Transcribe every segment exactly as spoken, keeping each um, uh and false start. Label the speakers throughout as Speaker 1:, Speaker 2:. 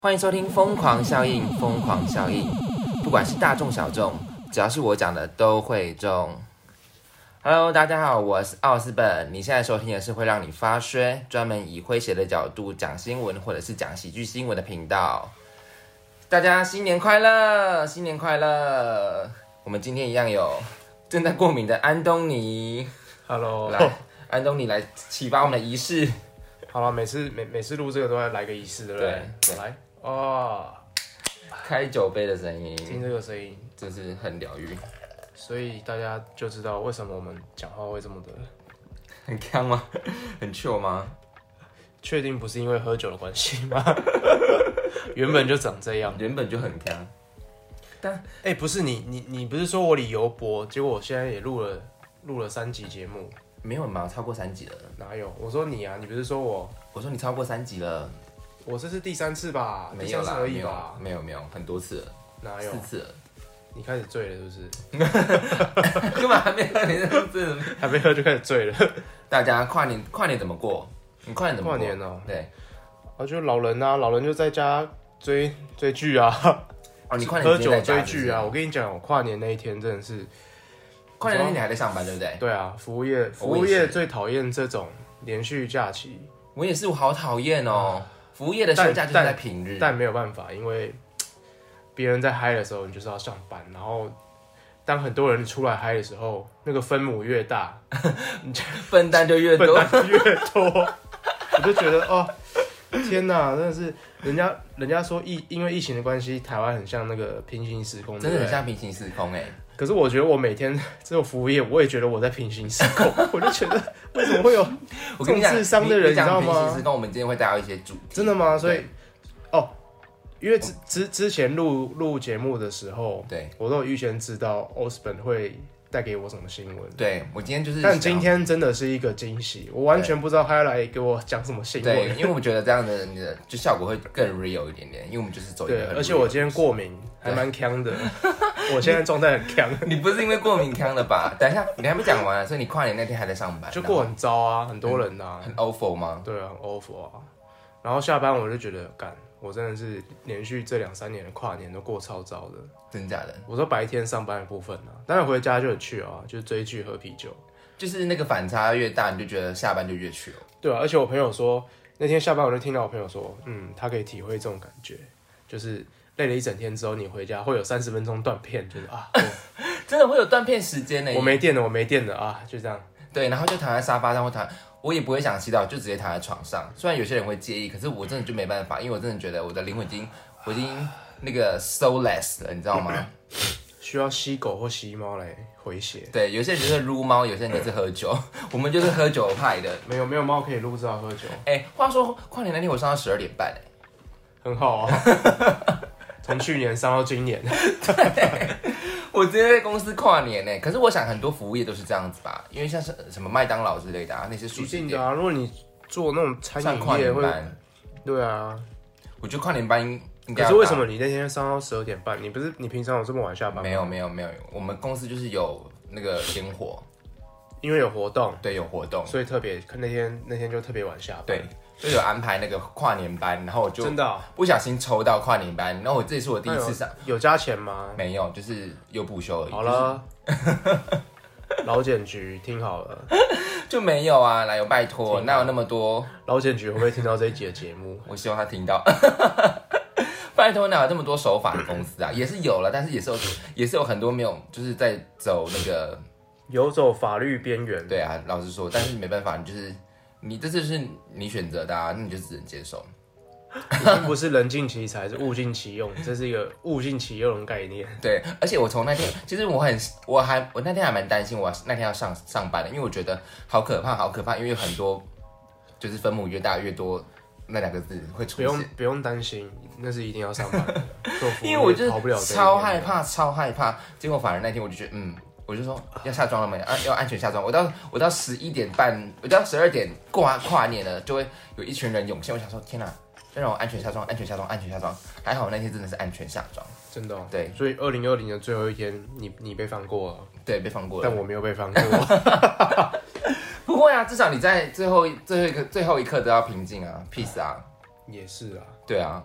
Speaker 1: 欢迎收听《疯狂效应》，疯狂效应，不管是大众小众，只要是我讲的都会中。Hello， 大家好，我是奥斯本。你现在收听的是会让你发噱，专门以诙谐的角度讲新闻或者是讲喜剧新闻的频道。大家新年快乐，新年快乐！我们今天一样有正在过敏的安东尼。
Speaker 2: Hello，
Speaker 1: 来，安东尼来启发我们的仪式。
Speaker 2: 好了，每次每每次录这个都要来个仪式，对不对？
Speaker 1: 对，
Speaker 2: 来哦，
Speaker 1: 开酒杯的声音，
Speaker 2: 听这个声音，
Speaker 1: 真是很疗愈。
Speaker 2: 所以大家就知道为什么我们讲话会这么的
Speaker 1: 很强吗？很 chill 吗？
Speaker 2: 确定不是因为喝酒的关系吗？原本就长这样，
Speaker 1: 原本就很强。但
Speaker 2: 哎、欸，不是你你你不是说我理由薄，结果我现在也录了录了三集节目。
Speaker 1: 没有嘛，超过三集了。
Speaker 2: 哪有？我说你啊，你不是说我？
Speaker 1: 我说你超过三集了。
Speaker 2: 我这是第三次吧？
Speaker 1: 没有啦，
Speaker 2: 而已吧？
Speaker 1: 没有没有很多次了。
Speaker 2: 哪有？
Speaker 1: 四次了。
Speaker 2: 你开始醉了是不是？
Speaker 1: 根本还没喝，你这这
Speaker 2: 还没喝就开始醉了。
Speaker 1: 大家跨年跨年怎么过？你跨年怎么过？
Speaker 2: 跨年哦、喔，
Speaker 1: 对。
Speaker 2: 啊，就老人啊，老人就在家追追剧啊。
Speaker 1: 哦，你跨年
Speaker 2: 喝酒追剧啊！我跟你讲，我跨年那一天真的是。
Speaker 1: 跨年那天你还在上班，对不对？
Speaker 2: 对啊，服务业，服务业最讨厌这种连续假期。
Speaker 1: 我也是，我好讨厌哦。服务业的休假就是在平日，
Speaker 2: 但, 但没有办法，因为别人在嗨的时候，你就是要上班。然后，当很多人出来嗨的时候，那个分母越大，
Speaker 1: 分担就越多，
Speaker 2: 分担就越多。我就觉得哦，天哪，真的是人家人家说疫因为疫情的关系，台湾很像那个平行时空，
Speaker 1: 真的很像平行时空哎、欸。
Speaker 2: 可是我觉得我每天这种服务业，我也觉得我在平行时空，我就觉得为什么会有这种智商的人，你知道吗？
Speaker 1: 平行时空，我们今天会带到一些主题。
Speaker 2: 真的吗？所以哦，因为之之之前录录节目的时候，
Speaker 1: 对
Speaker 2: 我都有预先知道 Osborn 会带给我什么新闻。
Speaker 1: 对我今天就是，
Speaker 2: 但今天真的是一个惊喜，我完全不知道他要来给我讲什么新闻。
Speaker 1: 对，因为我觉得这样的你的就效果会更 real 一点点，因为我们就是走一个很 real。
Speaker 2: 而且我今天过敏，还蛮强的。我现在状态很强。
Speaker 1: 你不是因为过敏强的吧？等一下，你还没讲完，所以你跨年那天还在上班，
Speaker 2: 就过很糟啊，很多人啊，
Speaker 1: 很 awful 吗？
Speaker 2: 对啊，很 awful 啊。然后下班我就觉得，干，我真的是连续这两三年的跨年都过超糟的。
Speaker 1: 真假的？
Speaker 2: 我说白天上班的部分啊，当然回家就很去啊，就是追剧喝啤酒。
Speaker 1: 就是那个反差越大，你就觉得下班就越去了。
Speaker 2: 对啊，而且我朋友说，那天下班我就听到我朋友说，嗯，他可以体会这种感觉，就是累了一整天之后，你回家会有三十分钟断片，就是啊，
Speaker 1: 真的会有断片时间呢。
Speaker 2: 我没电了，我没电了啊，就这样。
Speaker 1: 对，然后就躺在沙发上或躺，我也不会想洗澡，就直接躺在床上。虽然有些人会介意，可是我真的就没办法，因为我真的觉得我的灵魂已经，我已经那个 soulless 了，你知道吗？
Speaker 2: 需要吸狗或吸猫来回血。
Speaker 1: 对，有些人就是撸猫，有些人就是喝酒，我们就是喝酒派的。
Speaker 2: 没有没有猫可以撸，只好喝酒。
Speaker 1: 哎、欸，话说跨年那天我上到十二点半、欸，
Speaker 2: 很好啊。从去年上到今年。
Speaker 1: 对，我直接在公司跨年呢、欸。可是我想很多服务业都是这样子吧，因为像是什么麦当劳之类的啊，那些素食店。一定的
Speaker 2: 啊，如果你做那种餐饮业会，对啊。
Speaker 1: 我觉得跨年班应该。
Speaker 2: 可是为什么你那天上到十二点半？你不是你平常有这么晚下班吗？
Speaker 1: 没有没有没有，我们公司就是有那个烟火，
Speaker 2: 因为有活动，
Speaker 1: 对，有活动，
Speaker 2: 所以特别那天那天就特别晚下班。
Speaker 1: 对。就有安排那个跨年班，然后我就
Speaker 2: 真的、喔、
Speaker 1: 不小心抽到跨年班，然后我这也是我第一次上。
Speaker 2: 有, 有加钱吗？
Speaker 1: 没有，就是有补休而已。
Speaker 2: 好了，劳检局听好了，
Speaker 1: 就没有啊，哪有拜托，哪有那么多？
Speaker 2: 劳检局会不会听到这一集的节目？
Speaker 1: 我希望他听到。拜托，哪有这么多守法的公司啊？也是有了，但是也是有，也是有很多没有，就是在走那个
Speaker 2: 游走法律边缘。
Speaker 1: 对啊，老实说，但是没办法，你就是你这次是你选择的啊，那你就只能接受。
Speaker 2: 已经不是人尽其才，是物尽其用，这是一个物尽其用的概念。
Speaker 1: 对，而且我从那天，其实我很，我还我那天还蛮担心，我那天要上上班的，因为我觉得好可怕，好可怕，因为有很多就是分母越大越多那两个字会出现。
Speaker 2: 不用不用担心，那是一定要上班的。
Speaker 1: 因为我就超害怕，超害怕。结果反而那天我就觉得，嗯，我就说要下妆了没？啊，要安全下妆。我到我到十一点半，我到十二点跨跨年了，就会有一群人涌现。我想说，天哪！就让我安全下妆，安全下妆，安全下妆。还好那天真的是安全下妆，
Speaker 2: 真的、哦。
Speaker 1: 对，
Speaker 2: 所以二零二零的最后一天，你你被放过了。
Speaker 1: 对，被放过了。
Speaker 2: 但我没有被放过。
Speaker 1: 不会啊，至少你在最后最后一刻最后一刻都要平静啊 ，peace 啊。
Speaker 2: 也是啊。
Speaker 1: 对啊。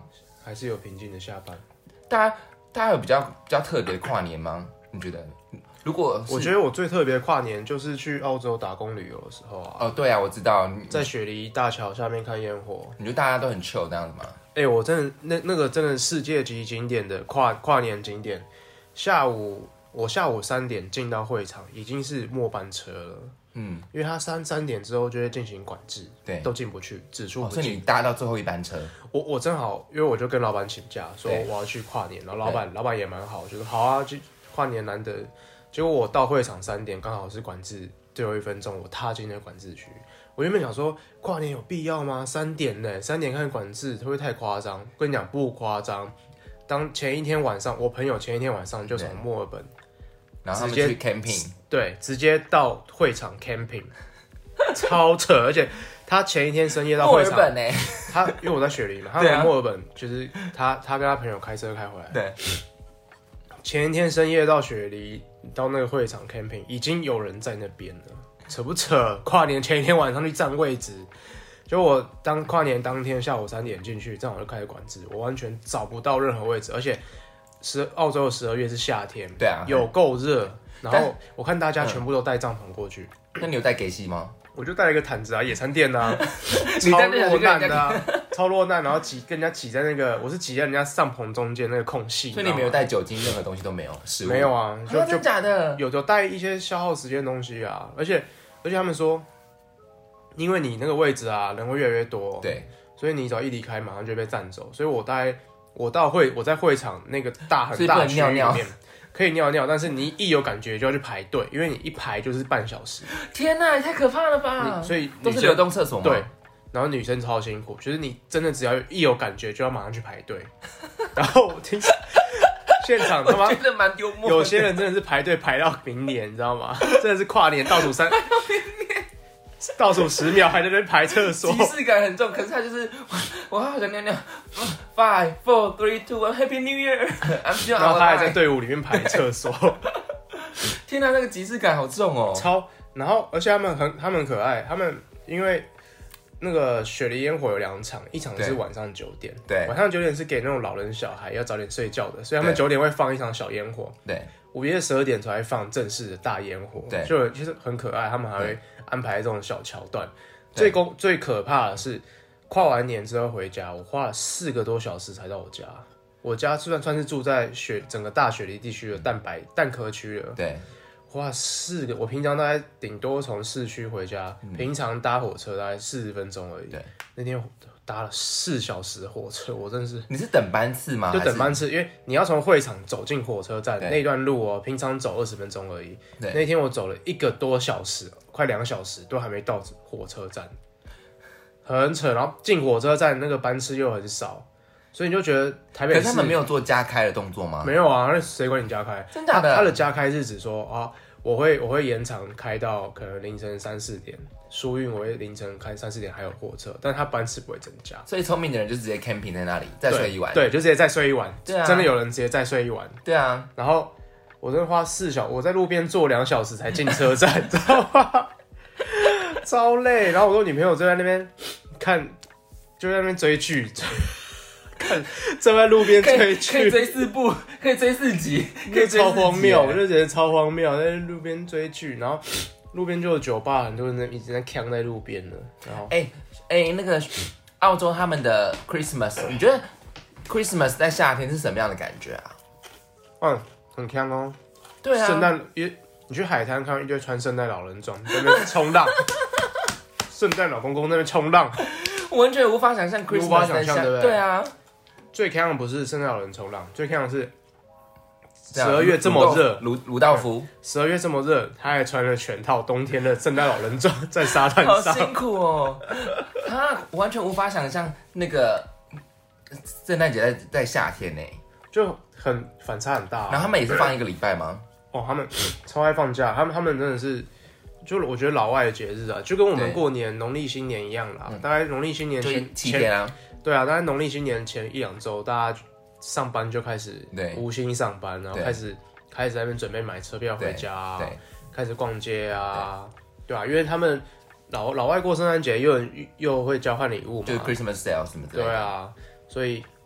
Speaker 2: 还是有平静的下班。
Speaker 1: 大家大家有比较比较特别的跨年吗？你觉得？如果
Speaker 2: 我觉得我最特别的跨年就是去澳洲打工旅游的时候啊。
Speaker 1: 哦，对啊，我知道，
Speaker 2: 在雪梨大桥下面看烟火。
Speaker 1: 你觉得大家都很 chill 这样子吗？
Speaker 2: 哎、欸，我真的那那个真的世界级景点的跨跨年景点，下午我下午三点进到会场，已经是末班车了。嗯，因为他三三点之后就会进行管制，对，都进不去，只出不进。
Speaker 1: 哦，所以你搭到最后一班车。
Speaker 2: 我我正好，因为我就跟老板请假，说我要去跨年，然后老板老板也蛮好，就说好啊，就跨年难得。结果我到会场三点，刚好是管制最后一分钟，我踏进那个管制区。我原本想说跨年有必要吗？三点呢，三点看管制会不会太夸张？跟你讲不夸张。当前一天晚上，我朋友前一天晚上就从墨尔本，
Speaker 1: 然后他们去 camping，
Speaker 2: 对，直接到会场 camping， 超扯！而且他前一天深夜到会场，
Speaker 1: 墨尔本呢，
Speaker 2: 他因为我在雪梨嘛，他从墨尔本就是他他跟他朋友开车开回来，
Speaker 1: 对，
Speaker 2: 前一天深夜到雪梨到那个会场 camping， 已经有人在那边了，扯不扯？跨年前一天晚上去占位置。就我当跨年当天下午三点进去，正好就开始管制，我完全找不到任何位置，而且十澳洲的十二月是夏天，
Speaker 1: 对啊，
Speaker 2: 有够热。然后我看大家全部都带帐篷过去，
Speaker 1: 嗯、那你有带给西吗？
Speaker 2: 我就带了一个毯子啊，野餐垫啊，超落难的啊，超落难，然后挤跟人家挤在那个，我是挤在人家帐篷中间那个空隙，
Speaker 1: 所以你没有带酒精，任何东西都没有，食物
Speaker 2: 没有啊，就、
Speaker 1: 啊、真的假的？
Speaker 2: 有有带一些消耗时间的东西啊，而且而且他们说。因为你那个位置啊，人会越来越多，
Speaker 1: 对，
Speaker 2: 所以你只要一离开，马上就被占走。所以我大概我到会我在会场那个大很大的区域里面可以尿尿，但是你一有感觉就要去排队，因为你一排就是半小时。
Speaker 1: 天哪，也太可怕了吧！
Speaker 2: 所以
Speaker 1: 都是流动厕所吗？
Speaker 2: 对，然后女生超辛苦，就是你真的只要一有感觉就要马上去排队。然后我听现场他妈
Speaker 1: 真的蛮幽默，
Speaker 2: 有些人真的是排队排到明年，你知道吗？真的是跨年倒数三。倒数十秒还在那边排厕所，
Speaker 1: 仪式感很重。可是他就是我好想尿尿 ，five four three two one Happy New Year，
Speaker 2: 然后他还在队伍里面排厕所。
Speaker 1: 天哪，那个即视感好重哦！
Speaker 2: 超，然后而且他们很他们很可爱，他们因为那个雪梨烟火有两场，一场是晚上九点，
Speaker 1: 对，
Speaker 2: 晚上九点是给那种老人小孩要早点睡觉的，所以他们九点会放一场小烟火，
Speaker 1: 对，
Speaker 2: 午夜十二点才会放正式的大烟火，对，就其实很可爱，他们还会安排这种小桥段。最公最可怕的是跨完年之后回家，我花了四个多小时才到我家。我家虽然算是住在雪整个大雪梨地区的蛋白蛋壳区了，
Speaker 1: 对，
Speaker 2: 花四个，我平常大概顶多从市区回家，嗯、平常搭火车大概四十分钟而已。对，那天搭了四小时的火车，我真的是。
Speaker 1: 你是等班次吗？
Speaker 2: 就等班次，因为你要从会场走进火车站那段路哦，平常走二十分钟而已。那天我走了一个多小时，快两小时都还没到火车站，很扯。然后进火车站那个班次又很少。所以你就觉得台北市，
Speaker 1: 可是他们没有做加开的动作吗？
Speaker 2: 没有啊，那谁管你加开？
Speaker 1: 真的假的？
Speaker 2: 他的加开是指说啊，我会我会延长开到可能凌晨三四点，疏运我会凌晨开三四点还有火车，但他班次不会增加。
Speaker 1: 所以聪明的人就直接 camping 在那里再睡一晚，
Speaker 2: 对，对就直接再睡一晚。
Speaker 1: 对啊，
Speaker 2: 真的有人直接再睡一晚。
Speaker 1: 对啊，
Speaker 2: 然后我真的花四小，我在路边坐两小时才进车站，知道吗？超累。然后我跟我女朋友就在那边看，就在那边追剧。看，站在路边追剧，
Speaker 1: 可以追四部，可以追四集，可以追
Speaker 2: 超荒谬，我就觉得超荒谬，在路边追剧，然后路边就有酒吧，很多人一直在扛在路边了。然后，
Speaker 1: 哎、欸、哎、欸，那个澳洲他们的 Christmas， 你觉得 Christmas 在夏天是什么样的感觉啊？
Speaker 2: 嗯，很扛哦。
Speaker 1: 对啊，
Speaker 2: 圣诞也，你去海滩看到一堆穿圣诞老人装在那边冲浪，圣诞老公公在那边冲浪，
Speaker 1: 我完全无法想象 Christmas
Speaker 2: 无法想象，对不对？
Speaker 1: 对啊。
Speaker 2: 最强的不是圣诞老人冲浪，最强的是十二月这么热，
Speaker 1: 卢卢道夫
Speaker 2: 十二月这么热，他还穿了全套冬天的圣诞老人装在沙滩上，
Speaker 1: 好辛苦哦！他完全无法想象那个圣诞节在在夏天呢，
Speaker 2: 就很反差很大、啊。
Speaker 1: 然后他们也是放一个礼拜吗？
Speaker 2: 哦，他们超爱放假，他们他们真的是，就我觉得老外的节日啊，就跟我们过年农历新年一样啦，大概农历新年前
Speaker 1: 七天啊。
Speaker 2: 对啊，大概农历新年前一两周，大家上班就开始无心上班，然后开始开始在那边准备买车票回家、啊，开始逛街啊，对吧、啊？因为他们老老外过圣诞节又又会交换礼物嘛，
Speaker 1: 就是 Christmas sale 什么之类的。
Speaker 2: 对啊，所以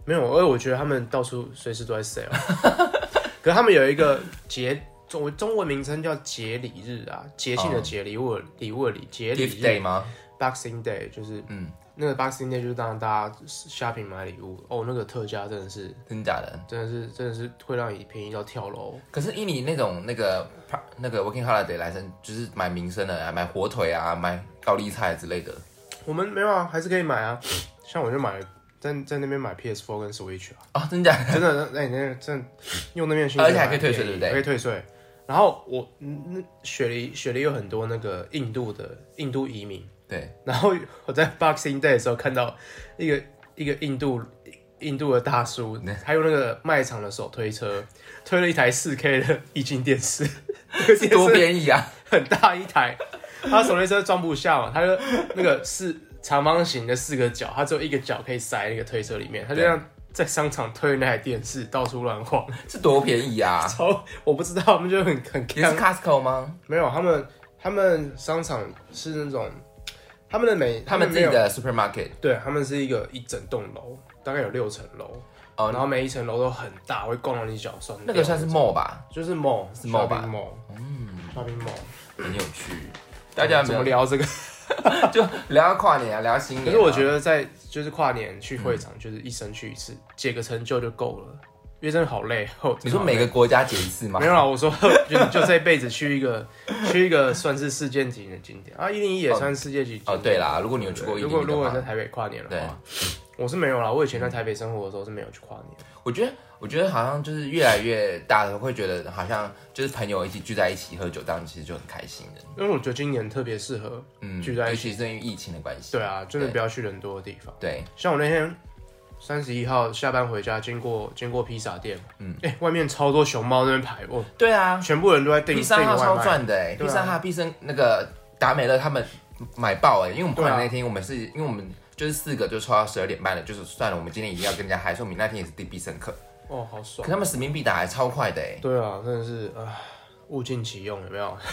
Speaker 2: 没有，而我觉得他们到处随时都在 sale， 可是他们有一个节中中文名称叫节礼日啊，节庆的节，礼物礼物的礼，节礼日
Speaker 1: Gift Day 吗
Speaker 2: ？Boxing Day 就是嗯。那个 Boxing Day 就是让大家 shopping 买礼物哦，那个特价真的是
Speaker 1: 真假的，
Speaker 2: 真的是真的是会让你便宜到跳楼。
Speaker 1: 可是以你那种那个那个 Working Holiday 来生，就是买民生的啊，买火腿啊，买高丽菜之类的。
Speaker 2: 我们没有啊，还是可以买啊。像我就买在在那边买 P S 四 跟 Switch 啊。
Speaker 1: 哦，真假的？
Speaker 2: 真的，那你那真用那边的薪水，
Speaker 1: 而且还可以退税，对不对？
Speaker 2: 可以退税。然后我那雪梨雪梨有很多那个印度的印度移民。
Speaker 1: 对，
Speaker 2: 然后我在 Boxing Day 的时候看到一个一个印度印度的大叔，还有那个卖场的手推车，推了一台 四 K 的液晶电视，
Speaker 1: 是多便宜啊，
Speaker 2: 很大一台，他手推车装不下嘛，他就那个是长方形的四个角，他只有一个角可以塞那个推车里面，他就这样在商场推那台电视到处乱晃，
Speaker 1: 是多便宜啊！
Speaker 2: 超我不知道，他们就很很。
Speaker 1: 你是 Costco 吗？
Speaker 2: 没有，他们他们商场是那种。他们的每
Speaker 1: 他们自己的 supermarket，
Speaker 2: 对，他们是一个一整栋楼，大概有六层楼，哦，然后每一层楼都很大，会逛到你脚酸。
Speaker 1: 那个算是 mall 吧？
Speaker 2: 就是 mall，
Speaker 1: 是 mall 吧
Speaker 2: ？mall， 嗯 ，shopping mall，
Speaker 1: 很有趣。大家
Speaker 2: 怎么聊这个？
Speaker 1: 就聊到跨年啊，聊到新年。
Speaker 2: 可是我觉得在就是跨年去会场，就是一生去一次，解个成就就够了。因为真的好累。
Speaker 1: 你说每个国家解一次吗？
Speaker 2: 没有啦，我说就就这辈子去一个去一个算是世界级的景点啊，一零一也算世界级景点。
Speaker 1: 哦，对啦，如果你有去过一零一的话，
Speaker 2: 如果如果在台北跨年的话，我是没有啦。我以前在台北生活的时候是没有去跨年。
Speaker 1: 我觉得我觉得好像就是越来越大的会觉得好像就是朋友一起聚在一起喝酒，这样其实就很开心的。
Speaker 2: 因为我觉得今年特别适合聚在一起，
Speaker 1: 尤其是因为疫情的关系。
Speaker 2: 对啊，真的不要去人多的地方。
Speaker 1: 对，
Speaker 2: 像我那天。三十一号下班回家，经过经过披萨店，嗯，哎、欸，外面超多熊猫在那边排，哦，
Speaker 1: 对啊，
Speaker 2: 全部人都在订
Speaker 1: 披萨号超赚的哎，披萨号、必胜那个达美乐他们买爆哎，因为我们跨年那天，我们是因为我们就是四个就抽到十二点半了，就是算了，我们今天一定要跟人家嗨，所以我们那天也是订必胜客，
Speaker 2: 哦，好爽，
Speaker 1: 可他们使命必达还超快的哎，
Speaker 2: 对啊，真的是啊，物尽其用，有没有？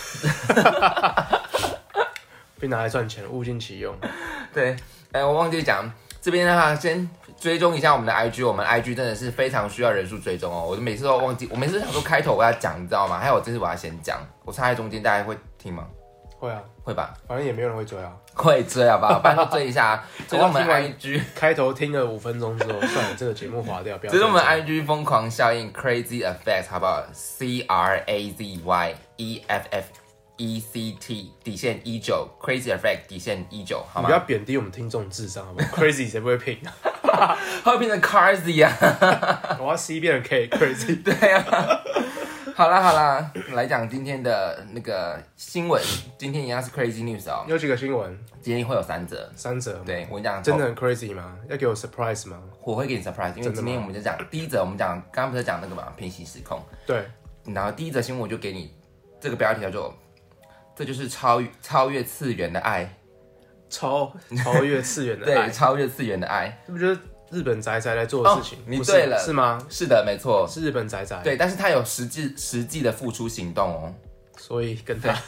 Speaker 2: 被拿来赚钱，物尽其用，
Speaker 1: 对，哎、欸，我忘记讲。这边的话，先追踪一下我们的 I G， 我们的 I G 真的是非常需要人数追踪哦。我每次都忘记，我每次想说开头我要讲，你知道吗？还有这次我要先讲，我插在中间，大家会听吗？
Speaker 2: 会啊，
Speaker 1: 会吧？
Speaker 2: 反正也没有人会追啊。
Speaker 1: 会追好不好？拜托追一下，追踪我们的 I G。
Speaker 2: 开头听了五分钟之后，算了，这个节目划掉，不要。
Speaker 1: 追踪我们的 I G 疯狂效应 Crazy Effect 好不好 ？C R A Z Y E F F E C T 底线一九 Crazy Effect 底线一九，好吗？
Speaker 2: 你不要贬低我们听众智商好不好？Crazy 谁不会拼
Speaker 1: 啊？他会变成 Crazy 啊！
Speaker 2: 我要 C 变成 K Crazy。
Speaker 1: 对啊。好啦好啦，来讲今天的那个新闻。今天一样是 Crazy News 哦。
Speaker 2: 有几个新闻？
Speaker 1: 今天会有三则。
Speaker 2: 三则。
Speaker 1: 对，我跟你讲，
Speaker 2: 真的很 Crazy 吗？要给我 surprise 吗？
Speaker 1: 我会给你 surprise， 因为今天我们就讲第一则，我们讲刚刚不是讲那个嘛，平行时空。
Speaker 2: 对。
Speaker 1: 然后第一则新闻我就给你这个标题叫做。这就是超越超越次元的爱，
Speaker 2: 超超越次元的爱，
Speaker 1: 对，超越次元的爱，
Speaker 2: 这不就是日本宅宅在做的事情？
Speaker 1: 哦、你对了，
Speaker 2: 是吗？
Speaker 1: 是的，没错，
Speaker 2: 是日本宅宅。
Speaker 1: 对，但是他有实际实际的付出行动哦，
Speaker 2: 所以跟他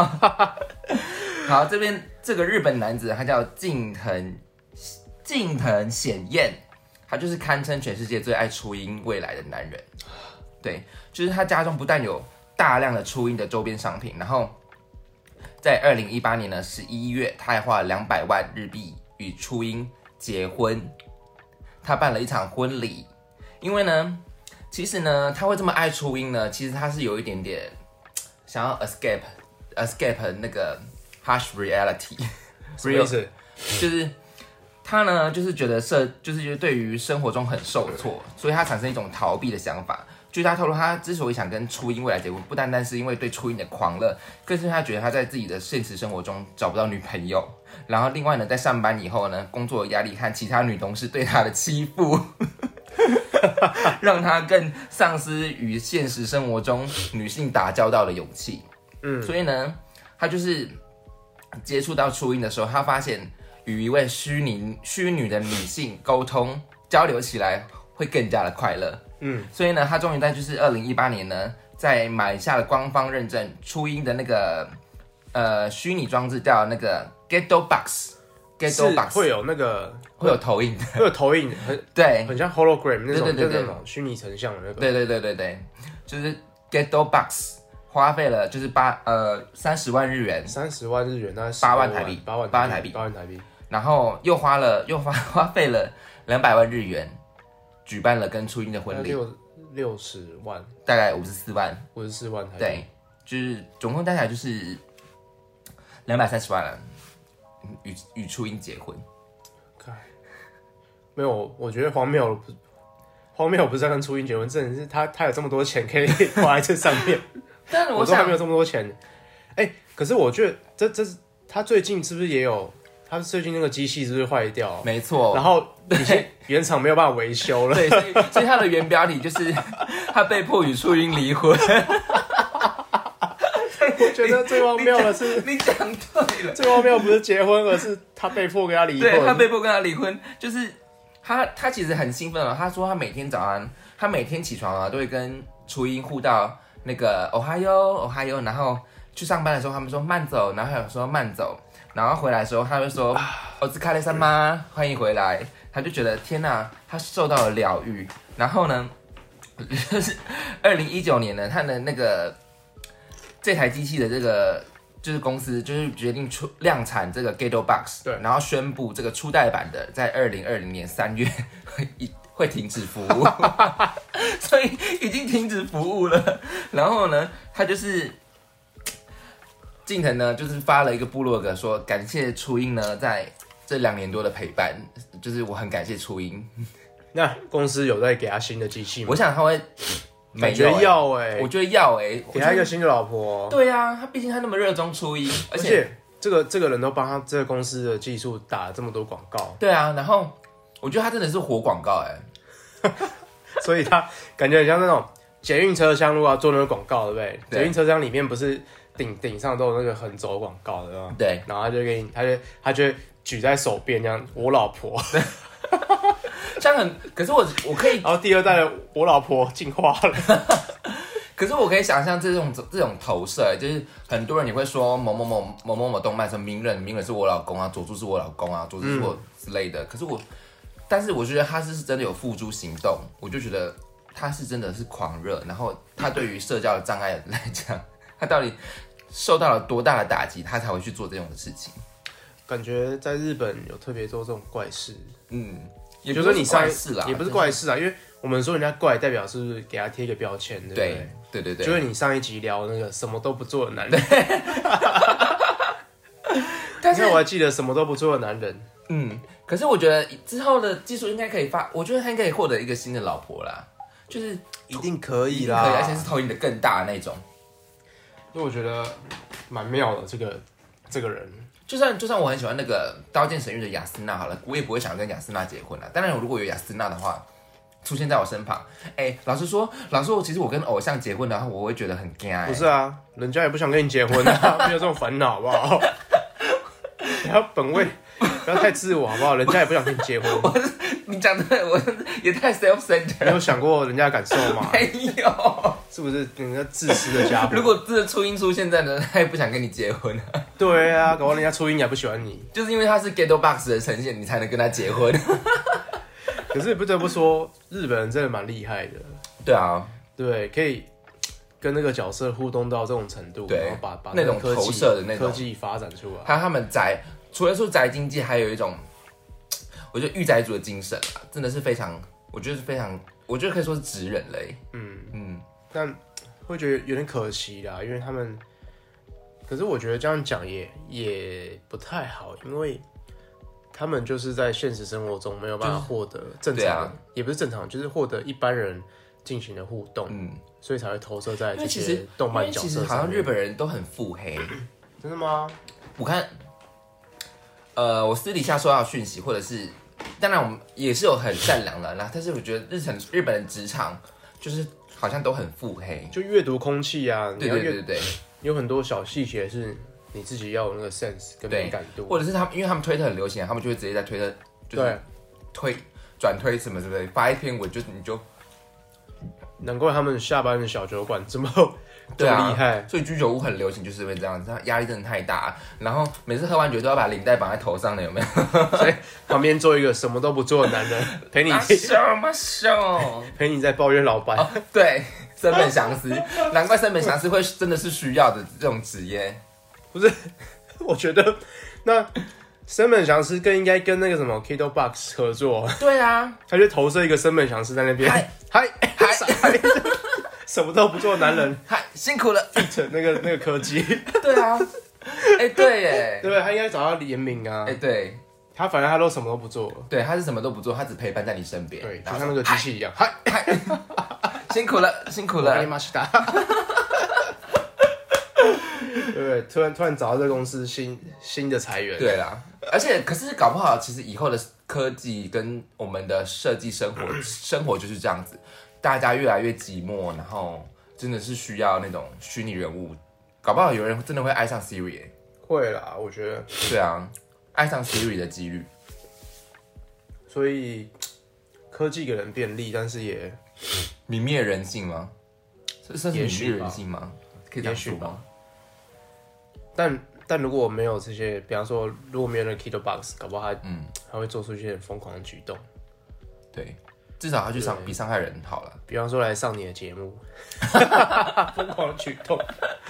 Speaker 1: 好，这边这个日本男子他叫近藤近藤显彦，他就是堪称全世界最爱初音未来的男人。对，就是他家中不但有大量的初音的周边商品，然后。在二零一八年的十一月，他还花了两百万日币与初音结婚。他办了一场婚礼，因为呢，其实呢，他会这么爱初音呢，其实他是有一点点想要 escape escape 那个 harsh reality，
Speaker 2: 什么意思？
Speaker 1: 就是他呢，就是觉得社，就是觉得对于生活中很受挫，所以他产生一种逃避的想法。据他透露，他之所以想跟初音未来结婚，不单单是因为对初音的狂热，更是他觉得他在自己的现实生活中找不到女朋友。然后另外呢，在上班以后呢，工作的压力和其他女同事对他的欺负，让他更丧失与现实生活中女性打交道的勇气。嗯，所以呢，他就是接触到初音的时候，他发现与一位虚拟虚拟的女性沟通交流起来会更加的快乐。嗯，所以呢，他终于在就是二零一八年呢，在买下了官方认证初音的那个呃虚拟装置，叫那个 Ghetto Box，Ghetto Ghetto Box
Speaker 2: 会有那个
Speaker 1: 会有投影的，
Speaker 2: 会有投影，很
Speaker 1: 对，
Speaker 2: 很像 hologram 那种，
Speaker 1: 对对对对
Speaker 2: 就是那种虚拟成像的那个。
Speaker 1: 对对对对对，就是 Ghetto Box 花费了就是八呃三十万日元，
Speaker 2: 三十万日元，那
Speaker 1: 八万台币，
Speaker 2: 八万
Speaker 1: 八万台币，
Speaker 2: 八万台币，
Speaker 1: 然后又花了又花花费了两百万日元，举办了跟初音的婚礼，
Speaker 2: 六六十万，
Speaker 1: 大概五十四万，
Speaker 2: 五十四万台币，
Speaker 1: 对，就是总共加起来就是两百三十万了，与与初音结婚。
Speaker 2: 没有，我觉得荒谬了，不荒谬不是在跟初音结婚，真的是他他有这么多钱可以花在这上面，
Speaker 1: 但是我
Speaker 2: 我都还没有这么多钱。哎、欸，可是我觉得这这是他最近是不是也有？他最近那个机器是不是坏掉？
Speaker 1: 没错，
Speaker 2: 然后已经原厂没有办法维修了。
Speaker 1: 对，所以所以他的原标题就是他被迫与初音离婚。
Speaker 2: 我觉得最荒谬的是，
Speaker 1: 你讲对了，
Speaker 2: 最荒谬不是结婚，而是他被迫跟他离婚。
Speaker 1: 对，他被迫跟他离婚，就是他他其实很兴奋哦。他说他每天早上，他每天起床啊，都会跟初音互道那个哦哈哟哦哈哟，然后去上班的时候他们说慢走，然后还有说慢走，然后回来的时候他会说哦兹卡雷山妈，欢迎回来。他就觉得天哪，他受到了疗愈。然后呢，就是二零一九年呢，他的那个。这台机器的这个就是公司就是决定出量产这个 Ghetto Box，
Speaker 2: 对，
Speaker 1: 然后宣布这个初代版的在二零二零年三月会会停止服务，所以已经停止服务了。然后呢，他就是近藤呢，就是发了一个部落格说感谢初音呢在这两年多的陪伴，就是我很感谢初音。
Speaker 2: 那公司有在给他新的机器吗？
Speaker 1: 我想他会。
Speaker 2: 感觉要哎、欸，
Speaker 1: 我觉得要哎、欸，
Speaker 2: 给他一个新的老婆。
Speaker 1: 对啊，他毕竟他那么热衷初音，而且,
Speaker 2: 而且这个这个人都帮他这个公司的技术打了这么多广告。
Speaker 1: 对啊，然后我觉得他真的是活广告哎、
Speaker 2: 欸，所以他感觉很像那种捷运车厢，如果要做那个广告，对不对？
Speaker 1: 对
Speaker 2: 捷运车厢里面不是顶顶上都有那个横轴广告的吗？
Speaker 1: 对，
Speaker 2: 然后他就给你，他就他就举在手边这样，我老婆。
Speaker 1: 这样很，可是我我可以，
Speaker 2: 然后第二代的我老婆进化了。
Speaker 1: 可是我可以想象这种这种投射，就是很多人你会说某某某某某某动漫什么鸣人，鸣人是我老公啊，佐助是我老公啊，佐助是我之类的。嗯、可是我，但是我觉得他是真的有付诸行动，我就觉得他是真的是狂热，然后他对于社交的障碍来讲，他到底受到了多大的打击，他才会去做这种的事情。
Speaker 2: 感觉在日本有特别做这种怪事，
Speaker 1: 嗯。
Speaker 2: 也就是说你
Speaker 1: 怪事啦，
Speaker 2: 也不是怪事啊，因为我们说人家怪，代表是不是给他贴一个标签，对不对？
Speaker 1: 对对对对，
Speaker 2: 就是你上一集聊那个什么都不做的男人，但是我还记得什么都不做的男人，
Speaker 1: 嗯，可是我觉得之后的技术应该可以发，我觉得他应该可以获得一个新的老婆啦，就是
Speaker 2: 一定可以啦，
Speaker 1: 可以，而且是投影的更大的那种，
Speaker 2: 因为我觉得蛮妙的这个这个人。
Speaker 1: 就算就算我很喜欢那个《刀剑神域》的雅斯娜好了，我也不会想跟雅斯娜结婚啦。当然，如果有雅斯娜的话出现在我身旁，哎、欸，老实说，老实说，其实我跟偶像结婚的话，我会觉得很惊、欸。
Speaker 2: 不是啊，人家也不想跟你结婚啊，没有这种烦恼，好不好？不要本位，不要太自我，好不好？人家也不想跟你结婚。
Speaker 1: 我你讲的我也太 self-centered。
Speaker 2: 你有想过人家的感受吗？
Speaker 1: 没有，
Speaker 2: 是不是人家自私的家伙？
Speaker 1: 如果这个初音出现在呢，他也不想跟你结婚啊。
Speaker 2: 对啊，搞不好人家初音也不喜欢你，
Speaker 1: 就是因为他是 Ghetto Box 的呈现，你才能跟他结婚。
Speaker 2: 可是不得不说，日本人真的蛮厉害的。
Speaker 1: 对啊，
Speaker 2: 对，可以跟那个角色互动到这种程度，
Speaker 1: 对，
Speaker 2: 然后把把
Speaker 1: 那种投射的那种
Speaker 2: 科技发展出来。
Speaker 1: 还有他们宅，除了说宅经济，还有一种，我觉得御宅族的精神啊，真的是非常，我觉得是非常，我觉得可以说是职人类。
Speaker 2: 嗯
Speaker 1: 嗯，
Speaker 2: 但会觉得有点可惜啦，因为他们，可是我觉得这样讲也也不太好，因为他们就是在现实生活中没有办法获得正常的，啊、也不是正常，就是获得一般人进行的互动，嗯，所以才会投射在这些动漫角色上面。
Speaker 1: 其实好像日本人都很腹黑，
Speaker 2: 真的吗？
Speaker 1: 我看，呃，我私底下收到讯息，或者是，当然我们也是有很善良的啦，但是我觉得日本日本人职场就是好像都很腹黑，
Speaker 2: 就阅读空气啊，
Speaker 1: 对对对对对，
Speaker 2: 有很多小细节是你自己要有那个 sense 跟敏感度，
Speaker 1: 或者是他们，因为他们推特很流行，他们就会直接在推特就是推转推什么什么的发一篇文，就你就
Speaker 2: 难怪他们下班的小酒馆这么
Speaker 1: 对啊，
Speaker 2: 厉害。
Speaker 1: 所以居酒屋很流行，就是因为这样子，压力真的太大。然后每次喝完酒都要把领带绑在头上的，有没有？
Speaker 2: 所以旁边坐一个什么都不做的男人陪你，
Speaker 1: 什么笑？
Speaker 2: 陪你在抱怨老板。
Speaker 1: 哦、对，森本祥司，难怪森本祥司会真的是需要的这种职业。
Speaker 2: 不是，我觉得那森本祥司更应该跟那个什么 Kido Box 合作。
Speaker 1: 对啊，
Speaker 2: 他就投射一个森本祥司在那边，嗨嗨嗨，什么都不做的男人，
Speaker 1: 嗨，辛苦了，
Speaker 2: 那个那个科技。
Speaker 1: 对啊，哎、欸、对耶，
Speaker 2: 对不对？他应该找到联名啊。
Speaker 1: 哎、欸、对，
Speaker 2: 他反正他都什么都不做，
Speaker 1: 对，他是什么都不做，他只陪伴在你身边，
Speaker 2: 对，就像那个机器一样，嗨
Speaker 1: 嗨，辛苦了，辛苦了，
Speaker 2: 对不对？突然突然找到这个公司新新的裁员，
Speaker 1: 对啦，而且可是搞不好，其实以后的科技跟我们的设计生活生活就是这样子，大家越来越寂寞，然后真的是需要那种虚拟人物，搞不好有人真的会爱上 Siri，
Speaker 2: 会啦，我觉得，
Speaker 1: 对啊，爱上 Siri 的几率，
Speaker 2: 所以科技给人便利，但是也
Speaker 1: 泯灭人性吗？这是泯灭人性吗？可以这样说吗？
Speaker 2: 但但如果没有这些，比方说，如果没有那 Kido Box， 搞不好他嗯，他会做出一些很疯狂的举动。
Speaker 1: 对，至少他去伤比伤害人好了。
Speaker 2: 比方说来上你的节目，疯狂的举动。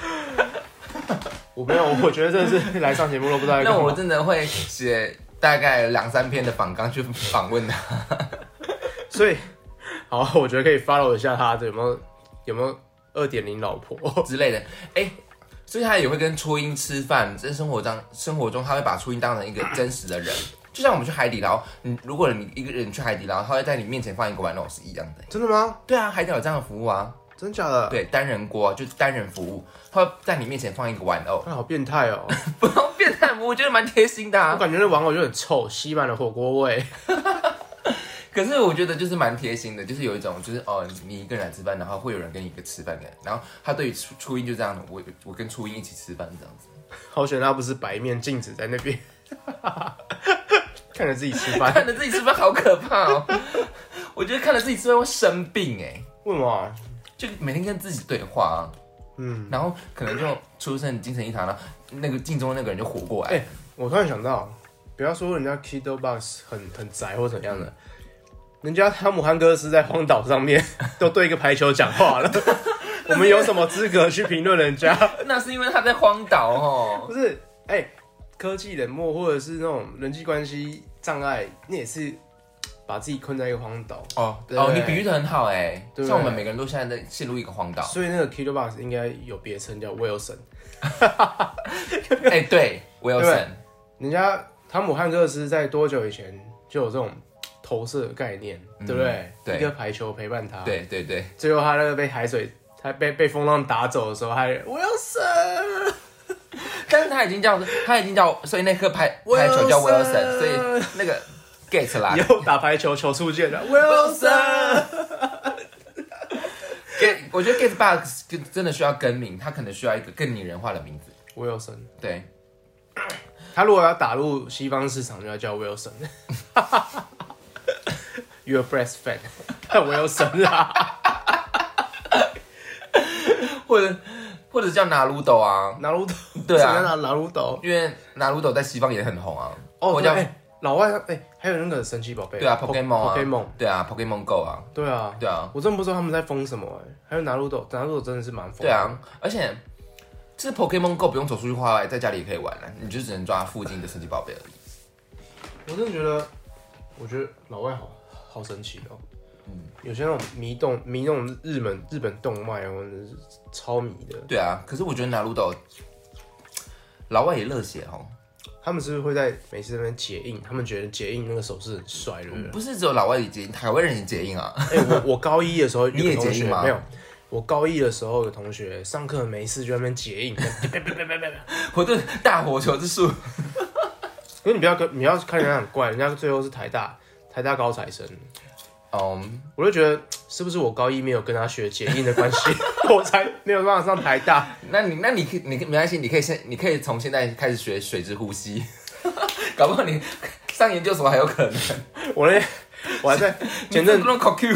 Speaker 2: 我没有，我觉得真的是来上节目都不知道在干嘛。
Speaker 1: 那我真的会写大概两三篇的访纲去访问他。
Speaker 2: 所以，好，我觉得可以 follow 一下他有没有有没有二点零老婆
Speaker 1: 之类的。哎、欸。所以他也会跟初音吃饭，在生活中，生活中他会把初音当成一个真实的人，就像我们去海底捞，你如果你一个人去海底捞，他会在你面前放一个玩偶是一样的。
Speaker 2: 真的吗？
Speaker 1: 对啊，海底捞有这样的服务啊。
Speaker 2: 真假的？
Speaker 1: 对，单人锅就是单人服务，他会在你面前放一个玩偶。
Speaker 2: 他好变态哦！
Speaker 1: 不用变态，我觉得蛮贴心的啊。
Speaker 2: 我感觉那玩偶就很臭，吸满了火锅味。
Speaker 1: 可是我觉得就是蛮贴心的，就是有一种就是哦，你一个人来吃饭，然后会有人跟你一个吃饭的，然后他对于初初音就这样的，我我跟初音一起吃饭这样子。
Speaker 2: 好险他不是白面镜子在那边，看着自己吃饭，
Speaker 1: 看着自己吃饭好可怕哦！我觉得看着自己吃饭会生病哎。
Speaker 2: 为什么、啊？
Speaker 1: 就每天跟自己对话啊，嗯，然后可能就出现精神异常了，那个镜中的那个人就活过来。
Speaker 2: 哎、欸，我突然想到，不要说人家 Kido Box 很很宅或怎样的。嗯，人家汤姆汉克斯在荒岛上面都对一个排球讲话了，我们有什么资格去评论人家？
Speaker 1: 那是因为他在荒岛哦。
Speaker 2: 不是，哎、欸，科技冷漠或者是那种人际关系障碍，那也是把自己困在一个荒岛。
Speaker 1: 哦哦，你比喻的很好哎，像我们每个人都现在在陷入一个荒岛。
Speaker 2: 所以那个 Kido Box 应该有别称叫 Wilson。
Speaker 1: 哎、欸，对 ，Wilson，
Speaker 2: 人家汤姆汉克斯在多久以前就有这种投射的概念，嗯、对不对？对，一个排球陪伴他。
Speaker 1: 对对对。
Speaker 2: 最后他那个被海水，他被被风浪打走的时候，还 Wilson，
Speaker 1: 但是他已经叫他已经叫，所以那颗排排球叫 Wilson， 所以那个 Gates 啦，
Speaker 2: 以后打排球球出界了 Wilson。
Speaker 1: 我觉得 Gates Box 真的需要更名，他可能需要一个更拟人化的名字。
Speaker 2: Wilson，
Speaker 1: 对。
Speaker 2: 他如果要打入西方市场，就要叫 Wilson。You're a breast fan， Wilson 啊，
Speaker 1: 或者或者叫拿鲁斗啊，
Speaker 2: 拿鲁斗，
Speaker 1: 对啊，
Speaker 2: 拿鲁斗，
Speaker 1: 因为拿鲁斗在西方也很红啊。
Speaker 2: 哦，对，欸、老外哎、欸，还有那个神奇宝贝，
Speaker 1: 对啊 ，Pokemon 啊
Speaker 2: ，Pokemon，
Speaker 1: 对啊 ，Pokemon Go 啊，
Speaker 2: 对啊，
Speaker 1: 对啊，
Speaker 2: 我真的不知道他们在疯什么哎、欸，还有拿鲁斗，拿鲁斗真的是蛮疯。
Speaker 1: 对啊，而且这 Pokemon Go 不用走出去户外，在家里也可以玩了，你就只能抓附近的神奇宝贝而已。
Speaker 2: 我真的觉得，我觉得老外好好神奇哦。嗯，有些那种迷动迷那种日本日本动漫，我真的是超迷的。
Speaker 1: 对啊，可是我觉得拿鲁斗老外也热血哦。
Speaker 2: 他们是不是会在每次那边结印？他们觉得结印那个手势很帅，对不对？
Speaker 1: 不是只有老外也结印，台湾人也结印啊。
Speaker 2: 哎、欸，我我高一的时候，
Speaker 1: 你也结印吗？
Speaker 2: 没有，我高一的时候有同学上课没事就在那边结印，
Speaker 1: 我对大火球之术。
Speaker 2: 因为你不要跟你要看人家很怪，人家最后是台大台大高材生。
Speaker 1: 嗯， um,
Speaker 2: 我就觉得是不是我高一没有跟他学结印的关系，我才没有办法上台大。
Speaker 1: 那你那你你没关系，你可以先你可以从现在开始学水之呼吸，搞不好你上研究所还有可能。
Speaker 2: 我那我还在前阵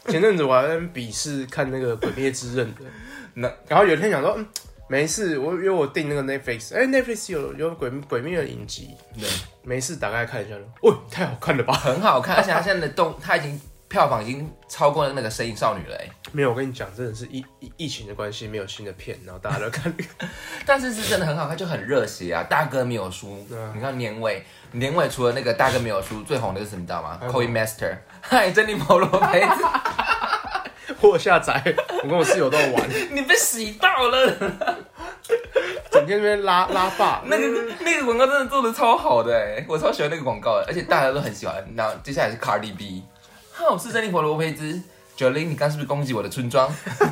Speaker 2: 前阵子我还在鄙视看那个《鬼灭之刃》的，
Speaker 1: 那
Speaker 2: 然后有一天想说，嗯，没事，我因为我订那个 Netflix， 哎、欸、，Netflix 有有鬼鬼灭的影集，
Speaker 1: 对，
Speaker 2: 没事打开看一下，喂，太好看了吧，
Speaker 1: 很好看，而且它现在的动，它已经票房已经超过了那个《神隐少女》了、欸。
Speaker 2: 没有，我跟你讲，真的是疫疫情的关系，没有新的片，然后大家都看那个，
Speaker 1: 但是是真的很好看，就很热血啊！大哥没有输，啊、你看年尾，年尾除了那个大哥没有输，最红的是什么？你知道吗 ？Coin Master， 嗨，珍妮佛罗培兹，
Speaker 2: 我有下载，我跟我室友都有玩。
Speaker 1: 你被洗到了，
Speaker 2: 整天那边拉拉霸，
Speaker 1: 那个那个广告真的做的超好的哎，我超喜欢那个广告的，而且大家都很喜欢。然后接下来是 Cardi B， 哈，我是珍妮佛罗培兹。九零，你刚是不是攻击我的村庄？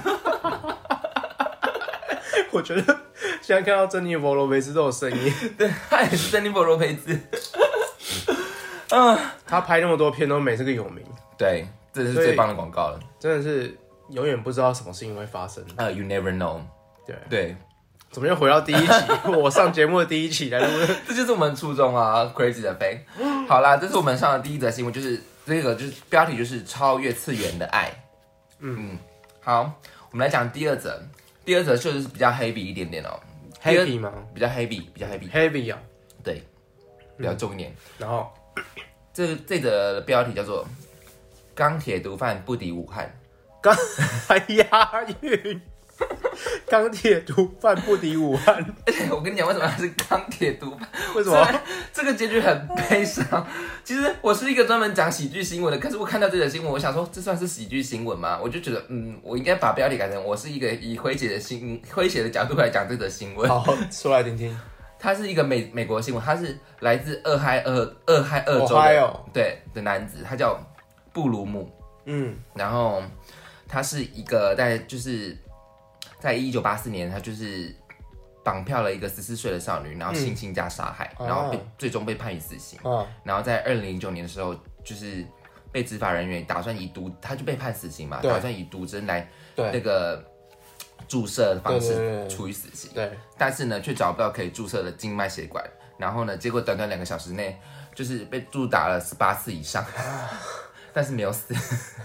Speaker 2: 我觉得现在看到珍妮佛罗培兹都有声音，
Speaker 1: 对，他也是珍妮佛罗培兹。嗯，
Speaker 2: 他拍那么多片都没这个有名，
Speaker 1: 对，这是最棒的广告了。
Speaker 2: 真的是永远不知道什么事情会发生。
Speaker 1: 呃、uh, ，You never know。对对，
Speaker 2: 怎么又回到第一期？我上节目的第一期来录，
Speaker 1: 这就是我们初衷啊 ，Crazy 的飞。好啦，这是我们上的第一则新闻，就是这个就是标题就是超越次元的爱。嗯，好，我们来讲第二则。第二则就是比较 heavy 一点点哦。
Speaker 2: heavy 吗？
Speaker 1: 比较 heavy， 比较 heavy。
Speaker 2: heavy 啊，
Speaker 1: 对，比较重一点。
Speaker 2: 嗯、然后
Speaker 1: 这这则的标题叫做“钢铁毒贩不敌武汉”。
Speaker 2: 钢还押韵。钢铁毒贩不敌武汉。
Speaker 1: 而且我跟你讲，为什么他是钢铁毒贩？
Speaker 2: 为什么？
Speaker 1: 这个结局很悲伤。其实我是一个专门讲喜剧新闻的，可是我看到这个新闻，我想说，这算是喜剧新闻吗？我就觉得，嗯，我应该把标题改成我是一个以诙谐的新诙谐的角度来讲这则新闻。
Speaker 2: 好，说来听听。
Speaker 1: 它是一个美美国新闻，他是来自俄亥俄俄亥俄州的、
Speaker 2: 哦、
Speaker 1: 对的男子，他叫布鲁姆。
Speaker 2: 嗯，
Speaker 1: 然后他是一个在就是在一九八四年，他就是绑票了一个十四岁的少女，然后性侵加杀害，嗯、然后被、啊、最终被判以死刑。啊、然后在二零零九年的时候，就是被执法人员打算以毒，他就被判死刑嘛，打算以毒针来那个注射的方式处以死刑。对，但是呢，却找不到可以注射的静脉血管。然后呢，结果短短两个小时内，就是被注打了十八次以上，但是没有死。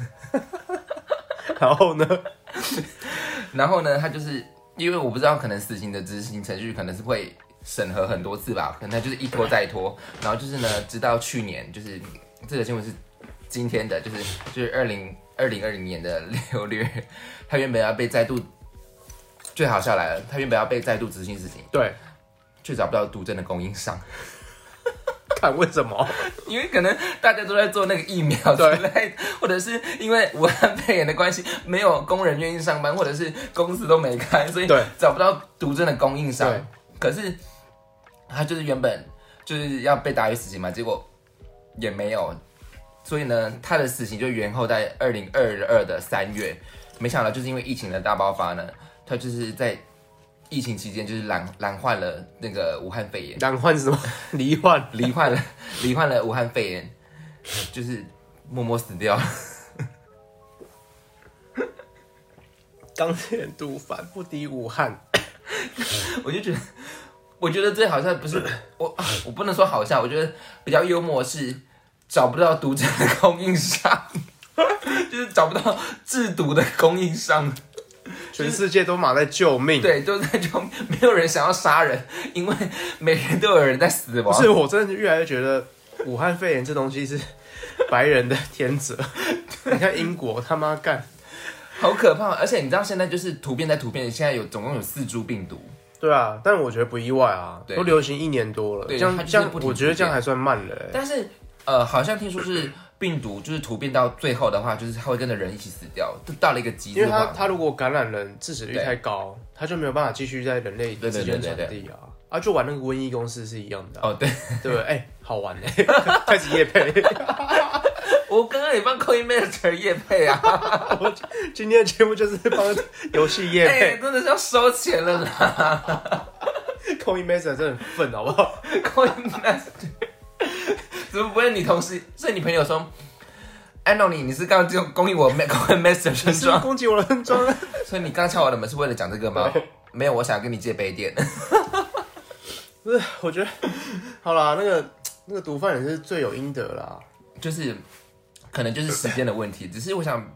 Speaker 2: 然后呢？
Speaker 1: 然后呢？他就是因为我不知道，可能死刑的执行程序可能是会审核很多次吧，可能他就是一拖再拖。然后就是呢，直到去年，就是这个新闻是今天的，就是就是二零二零二零年的六月，他原本要被再度，最好下来了，他原本要被再度执行死刑，
Speaker 2: 对，
Speaker 1: 却找不到毒针的供应商。
Speaker 2: 看为什么？
Speaker 1: 因为可能大家都在做那个疫苗之类的，或者是因为武汉肺炎的关系，没有工人愿意上班，或者是公司都没开，所以找不到毒针的供应商。可是他就是原本就是要被打于死刑嘛，结果也没有，所以呢，他的死刑就延后在二零二二的三月。没想到就是因为疫情的大爆发呢，他就是在疫情期间就是罹罹患了那个武汉肺炎，
Speaker 2: 罹患什么？罹患
Speaker 1: 罹患了罹患了武汉肺炎，就是默默死掉了。
Speaker 2: 钢铁毒贩不敌武汉，
Speaker 1: 我就觉得，我觉得最好笑不是我，我不能说好笑，我觉得比较幽默是找不到毒针的供应商，就是找不到制毒的供应商。
Speaker 2: 全世界都马在救命，
Speaker 1: 对，都在救命，没有人想要杀人，因为每天都有人在死亡。
Speaker 2: 不是，我真的越来越觉得武汉肺炎这东西是白人的天责。你看英国他妈干，
Speaker 1: 好可怕！而且你知道现在就是突变在突变，现在有总共有四株病毒。
Speaker 2: 对啊，但我觉得不意外啊，都流行一年多了，这样这样，我觉得这样还算慢了、欸。
Speaker 1: 但是呃，好像听说是。病毒就是突变到最后的话，就是它会跟着人一起死掉，就到了一个极致。
Speaker 2: 因为它它如果感染人致死率太高，它就没有办法继续在人类之间传递啊啊，就玩那个瘟疫公司是一样的、啊。
Speaker 1: 哦，对
Speaker 2: 对不对？哎、欸，好玩哎、欸，开始业配。
Speaker 1: 我刚刚也帮 Coin Master 业配啊，
Speaker 2: 我今天的节目就是帮游戏业配、
Speaker 1: 欸，真的是要收钱了啦。
Speaker 2: Coin Master 真的很愤，好不好
Speaker 1: ？Coin Master。怎么不会？你同事，所以你朋友说，安东尼，你是刚刚就攻击我 Coin Master 村庄，
Speaker 2: 攻击我的村庄，
Speaker 1: 所以你刚敲我的门是为了讲这个吗？没有，我想跟你借杯垫。
Speaker 2: 不是，我觉得好啦，那个那个毒贩也是罪有应得啦，
Speaker 1: 就是可能就是时间的问题，只是我想，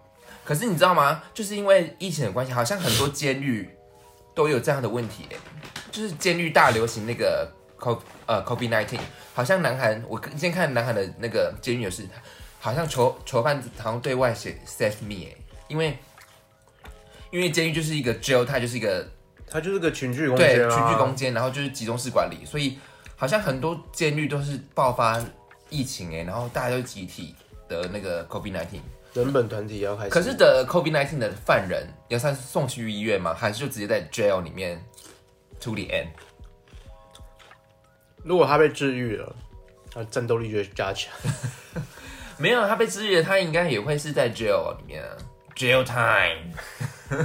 Speaker 1: 可是你知道吗？就是因为疫情的关系，好像很多监狱都有这样的问题，就是监狱大流行那个 COVID 呃 COVID 十九， 好像南韩，我今天看南韩的那个监狱有事，好像囚囚犯好像对外写 save me， 因为因为监狱就是一个 jail， 它就是一个
Speaker 2: 它就是个群聚空间、啊，
Speaker 1: 对，群聚空间，然后就是集中式管理，所以好像很多监狱都是爆发疫情哎，然后大家都集体得那个 COVID 十九。
Speaker 2: 人本团体要开始。
Speaker 1: 可是的 COVID 十九 的犯人要算送去医院吗？还是就直接在 jail 里面 to the end？
Speaker 2: 如果他被治愈了，他战斗力就会加强。
Speaker 1: 没有，他被治愈了，他应该也会是在 jail 里面啊 ，jail time。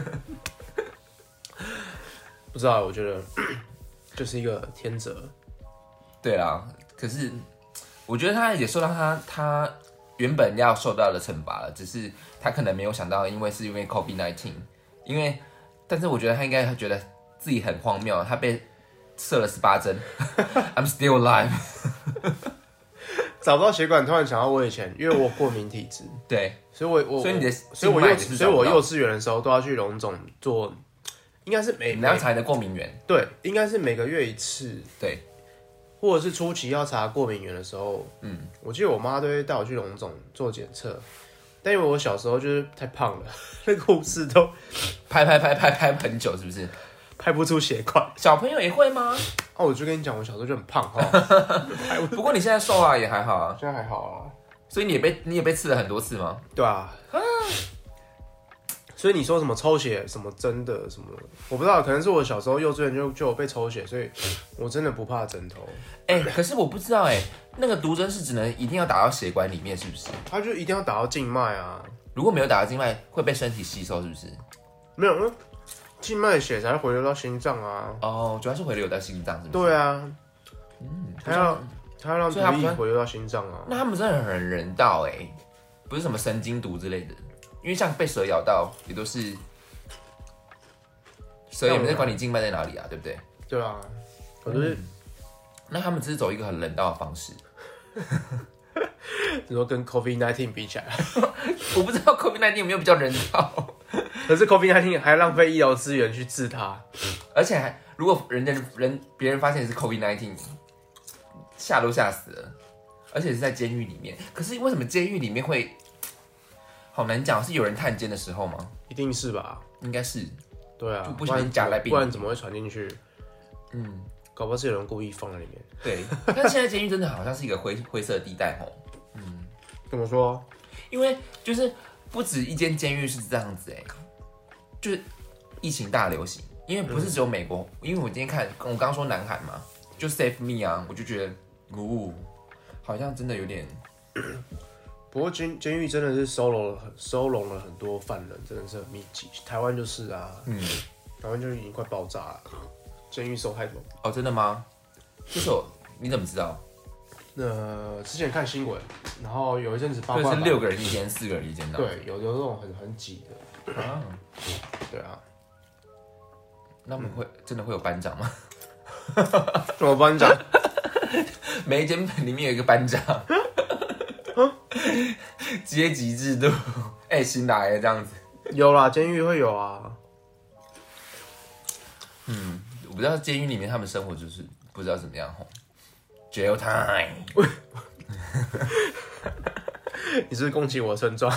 Speaker 2: 不知道，我觉得就是一个天责。
Speaker 1: 对啦，可是我觉得他也受到他他。原本要受到的惩罚了，只是他可能没有想到，因为是因为 COVID 十九， 因为，但是我觉得他应该觉得自己很荒谬，他被射了十八针 ，I'm still alive 。
Speaker 2: 找不到血管，突然想到我以前，因为我过敏体质，
Speaker 1: 对，
Speaker 2: 所以我我
Speaker 1: 所以你的
Speaker 2: 所以我幼所以我幼稚园的时候都要去荣总做，应该是每
Speaker 1: 你要查你的过敏源，
Speaker 2: 对，应该是每个月一次，
Speaker 1: 对。
Speaker 2: 或者是初期要查过敏源的时候，嗯，我记得我妈都会带我去荣总做检测，但因为我小时候就是太胖了，那个护士都
Speaker 1: 拍拍拍拍拍很久，是不是？
Speaker 2: 拍不出血管。
Speaker 1: 小朋友也会吗？
Speaker 2: 哦，我就跟你讲，我小时候就很胖哈。
Speaker 1: 不过你现在瘦啊，也还好啊。
Speaker 2: 现在还好啊。
Speaker 1: 所以你也被你也被刺了很多次吗？
Speaker 2: 对啊。所以你说什么抽血什么针的什么，我不知道，可能是我小时候幼稚园就就有被抽血，所以我真的不怕针头。
Speaker 1: 哎、欸，可是我不知道哎、欸，那个毒针是只能一定要打到血管里面，是不是？
Speaker 2: 它就一定要打到静脉啊。
Speaker 1: 如果没有打到静脉，会被身体吸收，是不是？
Speaker 2: 没有，静脉血才会回流到心脏啊。
Speaker 1: 哦，主要是回流到心脏，是不是？
Speaker 2: 对啊。
Speaker 1: 嗯，
Speaker 2: 它要它要让毒液回流到心脏啊。
Speaker 1: 那他们真的很人道哎、欸，不是什么神经毒之类的。因为像被蛇咬到，也都是蛇也没在管你静脉在哪里啊，对不对？
Speaker 2: 对啊，可是、嗯、
Speaker 1: 那他们只是走一个很人道的方式。
Speaker 2: 你说跟 COVID 十九 比起来，
Speaker 1: 我不知道 COVID 十九 有没有比较人道。
Speaker 2: 可是 COVID 十九 还浪费医疗资源去治它，
Speaker 1: 而且还如果人家人别人发现是 COVID 十九， 吓都吓死了，而且是在监狱里面。可是为什么监狱里面会？好难讲，是有人探监的时候吗？
Speaker 2: 一定是吧，
Speaker 1: 应该是。
Speaker 2: 对啊，
Speaker 1: 不小心夹在病，
Speaker 2: 不然怎么会传进去？嗯，搞不好是有人故意放在里面。
Speaker 1: 对，但现在监狱真的好像是一个灰灰色地带吼。
Speaker 2: 嗯，怎么说？
Speaker 1: 因为就是不止一间监狱是这样子哎、欸，就是疫情大流行，因为不是只有美国，嗯、因为我今天看我刚刚说南韩嘛，就 Save Me 啊，我就觉得，呜、哦，好像真的有点。
Speaker 2: 不过监监狱真的是收容了收容了很多犯人，真的是很密集。台湾就是啊，嗯，台湾就已经快爆炸了，监狱收太多。
Speaker 1: 哦，真的吗？就是我，你怎么知道？
Speaker 2: 呃，之前看新闻，然后有一阵子八卦，
Speaker 1: 是六个人一间，四个人一间的。
Speaker 2: 对，有有那种很很挤的。啊，对啊。
Speaker 1: 那我们会、嗯、真的会有班长吗？
Speaker 2: 什么班长？
Speaker 1: 每一间里面有一个班长。阶级制度，哎、欸，新来的这样子，
Speaker 2: 有啦，监狱会有啊。
Speaker 1: 嗯，我不知道监狱里面他们生活就是不知道怎么样吼。Jail time，
Speaker 2: 你是不是攻击我的村庄？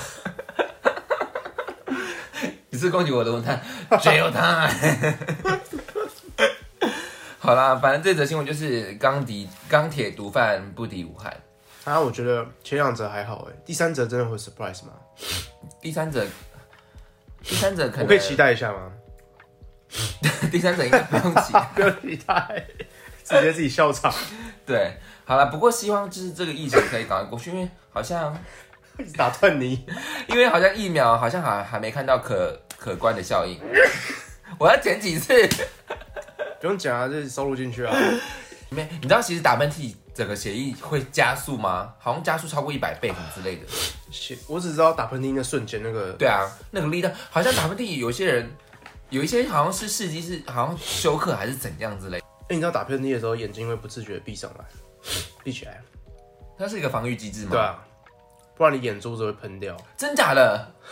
Speaker 1: 你是攻击我的文摊 ？Jail time。好啦，反正这则新闻就是钢敌钢铁毒贩不敌武汉。
Speaker 2: 啊，我觉得前两者还好哎，第三者真的会 surprise 吗？
Speaker 1: 第三者，第三者可能
Speaker 2: 我可以期待一下吗？
Speaker 1: 第三者应该不用期待，
Speaker 2: 不用期待，直接自己笑场。
Speaker 1: 对，好了，不过希望就是这个疫情可以赶快过去，因为好像
Speaker 2: 一直打断你，
Speaker 1: 因为好像疫苗好像还还没看到可可观的效应。我要剪几次？
Speaker 2: 不用讲啊，就是收录进去啊。
Speaker 1: 没，你知道其实打喷嚏整个血液会加速吗？好像加速超过一百倍什么之类的。
Speaker 2: 我只知道打喷嚏那瞬间那个。
Speaker 1: 对啊，那个力道，好像打喷嚏有些人，有一些好像是事迹是好像休克还是怎样之类。
Speaker 2: 哎、欸，你知道打喷嚏的时候眼睛会不自觉的闭上来，闭起来。
Speaker 1: 它是一个防御机制吗？
Speaker 2: 对啊，不然你眼珠子会喷掉。
Speaker 1: 真假的？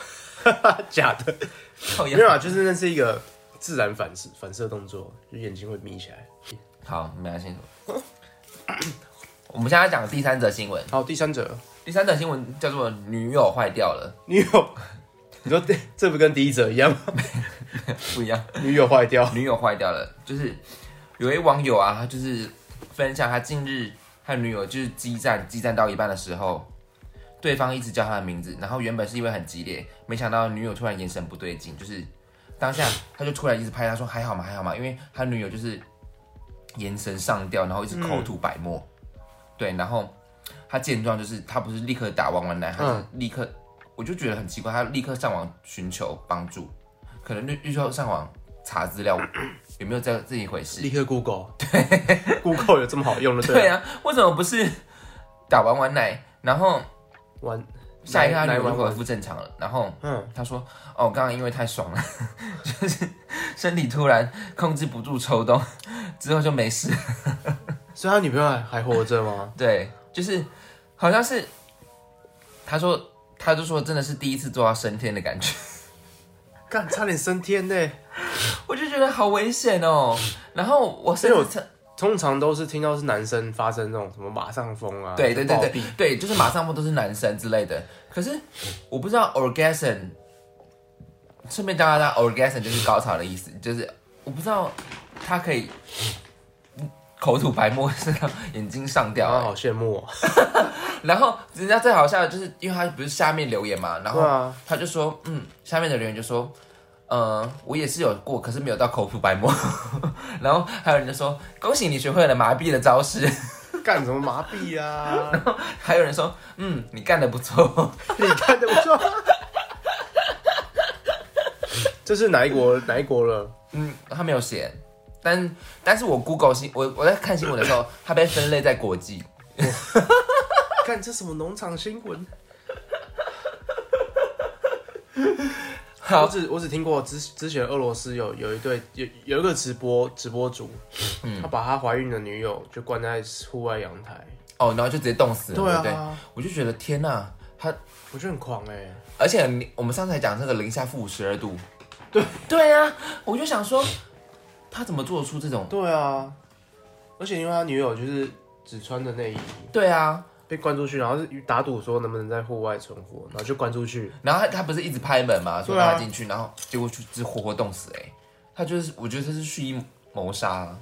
Speaker 2: 假的，没有啊，就是那是一个自然反射反射动作，就眼睛会眯起来。
Speaker 1: 好，没关系。我们现在讲第三则新闻。
Speaker 2: 好，第三则，
Speaker 1: 第三则新闻叫做女友坏掉了。
Speaker 2: 女友，你说这这不跟第一则一样吗？
Speaker 1: 不一样，
Speaker 2: 女友坏掉，
Speaker 1: 女友坏掉了，就是有一网友啊，他就是分享他近日和女友就是激战，激战到一半的时候，对方一直叫他的名字，然后原本是因为很激烈，没想到女友突然眼神不对劲，就是当下他就突然一直拍他说还好吗还好吗，因为他女友就是眼神上吊，然后一直口吐白沫，嗯、对，然后他见状就是他不是立刻打汪汪奶，他是立刻、嗯、我就觉得很奇怪，他立刻上网寻求帮助，可能就就上网查资料。有没有这这一回事？
Speaker 2: 立刻 Google， 对，Google 有这么好用的？对,
Speaker 1: 对啊，为什么不是打完完奶，然后
Speaker 2: 完
Speaker 1: 下一个他女友就恢复正常了，然后嗯，他说哦，刚刚因为太爽了，就是身体突然控制不住抽动，之后就没事。
Speaker 2: 所以他女朋友还还活着吗？
Speaker 1: 对，就是好像是他说，他就说真的是第一次做到升天的感觉。
Speaker 2: 干，差点升天呢！
Speaker 1: 我就觉得好危险哦。然后我甚至
Speaker 2: 通常都是听到是男生发生那种什么马上风啊，
Speaker 1: 对对对对对，就是马上风都是男生之类的。可是我不知道 orgasm， 顺便教大家 orgasm 就是高潮的意思，就是我不知道他可以口吐白沫，是眼睛上吊、欸，
Speaker 2: 啊，好羡慕哦。
Speaker 1: 然后人家最好笑的就是，因为他不是下面留言嘛，然后他就说，嗯，下面的留言就说，呃，我也是有过，可是没有到口吐白沫。然后还有人就说，恭喜你学会了麻痹的招式。
Speaker 2: 干什么麻痹啊？
Speaker 1: 然后还有人说，嗯，你干得不错，
Speaker 2: 你干得不错。这是哪一国哪一国了？
Speaker 1: 嗯，他没有写，但但是我 Google 新我我在看新闻的时候，它被分类在国际。
Speaker 2: 看这什么农场新闻？我只我只听过之之前俄罗斯有有一对有有一个直播直播主，嗯、他把他怀孕的女友就关在户外阳台，
Speaker 1: 哦，然后就直接冻死了，
Speaker 2: 对啊，
Speaker 1: 对不对？我就觉得天哪，他
Speaker 2: 我觉得很狂哎、欸，
Speaker 1: 而且我们上次才讲这个零下负五十二度，
Speaker 2: 对
Speaker 1: 对啊，我就想说他怎么做得出这种？
Speaker 2: 对啊，而且因为他女友就是只穿着内衣，
Speaker 1: 对啊。
Speaker 2: 被关出去，然后是打赌说能不能在户外存活，然后就关出去。
Speaker 1: 然后 他, 他不是一直拍门嘛，说让他进去，啊、然后结果就是活活冻死哎、欸！他就是，我觉得他是蓄意谋杀、啊。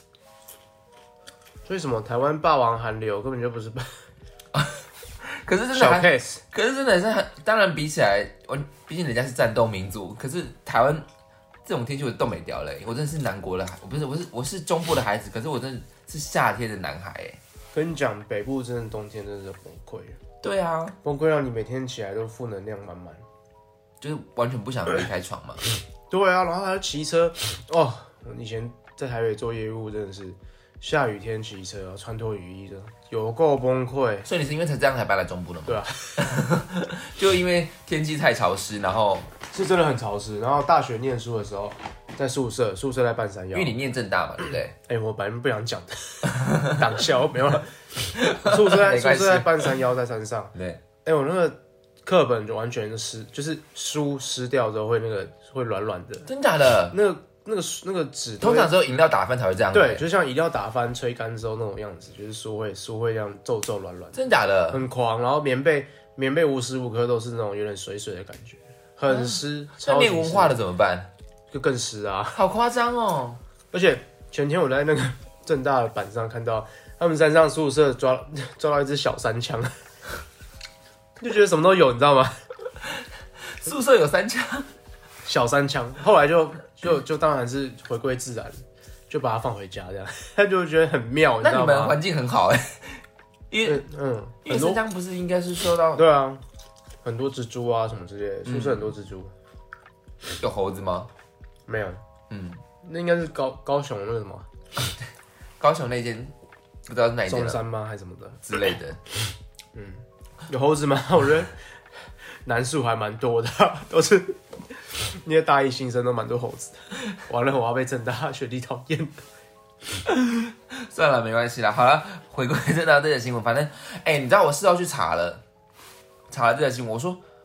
Speaker 2: 所以什么台湾霸王寒流根本就不是
Speaker 1: 可是真的
Speaker 2: 小 case，
Speaker 1: 可是真的是很，当然比起来，我毕竟人家是战斗民族，可是台湾这种天气我冻没掉了、欸，我真的是南国的孩，我不是我是我是中部的孩子，可是我真的是夏天的男孩哎、欸。
Speaker 2: 跟你讲，北部真的冬天真的是崩溃。
Speaker 1: 对啊，
Speaker 2: 崩溃让你每天起来都负能量满满，
Speaker 1: 就是完全不想离开床嘛。
Speaker 2: 对啊，然后还要骑车哦。以前在台北做业务，真的是下雨天骑车，穿脱雨衣的，有够崩溃。
Speaker 1: 所以你是因为才这样才搬来中部的吗？
Speaker 2: 对啊，
Speaker 1: 就因为天气太潮湿，然后
Speaker 2: 是真的很潮湿。然后大学念书的时候。在宿舍，宿舍在半山腰，
Speaker 1: 因为你念正大嘛，对不对？
Speaker 2: 哎、欸，我本来不想讲的，挡笑没有了。宿舍在宿舍在半山腰，在山上。
Speaker 1: 对，
Speaker 2: 哎、欸，我那个课本就完全湿，就是书湿掉之后会那个会软软的。
Speaker 1: 真假的？
Speaker 2: 那个那个那个纸，
Speaker 1: 通常只有饮料打翻才会这样。
Speaker 2: 对，就像饮料打翻吹干之后那种样子，就是书会书会这样皱皱软软。
Speaker 1: 真假的？
Speaker 2: 很狂，然后棉被棉被无时无刻都是那种有点水水的感觉，很湿。
Speaker 1: 那念文化的怎么办？
Speaker 2: 就更湿啊！
Speaker 1: 好夸张哦！
Speaker 2: 而且前天我在那个政大的板上看到他们山上宿舍抓抓到一只小山枪，就觉得什么都有，你知道吗？
Speaker 1: 宿舍有山枪，
Speaker 2: 小山枪，后来就就就当然是回归自然，就把它放回家这样，他就觉得很妙，你知道吗？
Speaker 1: 那你们环境很好哎、欸，因为
Speaker 2: 嗯，
Speaker 1: 因为山枪不是应该是受到
Speaker 2: 对啊，很多蜘蛛啊什么之类的，宿舍很多蜘蛛，
Speaker 1: 嗯、有猴子吗？
Speaker 2: 没有，
Speaker 1: 嗯，
Speaker 2: 那应该是高高雄那个什么，
Speaker 1: 高雄那间不知道是哪一间
Speaker 2: 中山吗还是什么的
Speaker 1: 之类的，
Speaker 2: 嗯，有猴子吗？我觉得南树还蛮多的，都是那些大一新生都蛮多猴子的。完了，我要被政大学弟讨厌。
Speaker 1: 算了，没关系啦。好了，回归政大这个新闻，反正，哎、欸，你知道我事后去查了，查了这个新闻，我说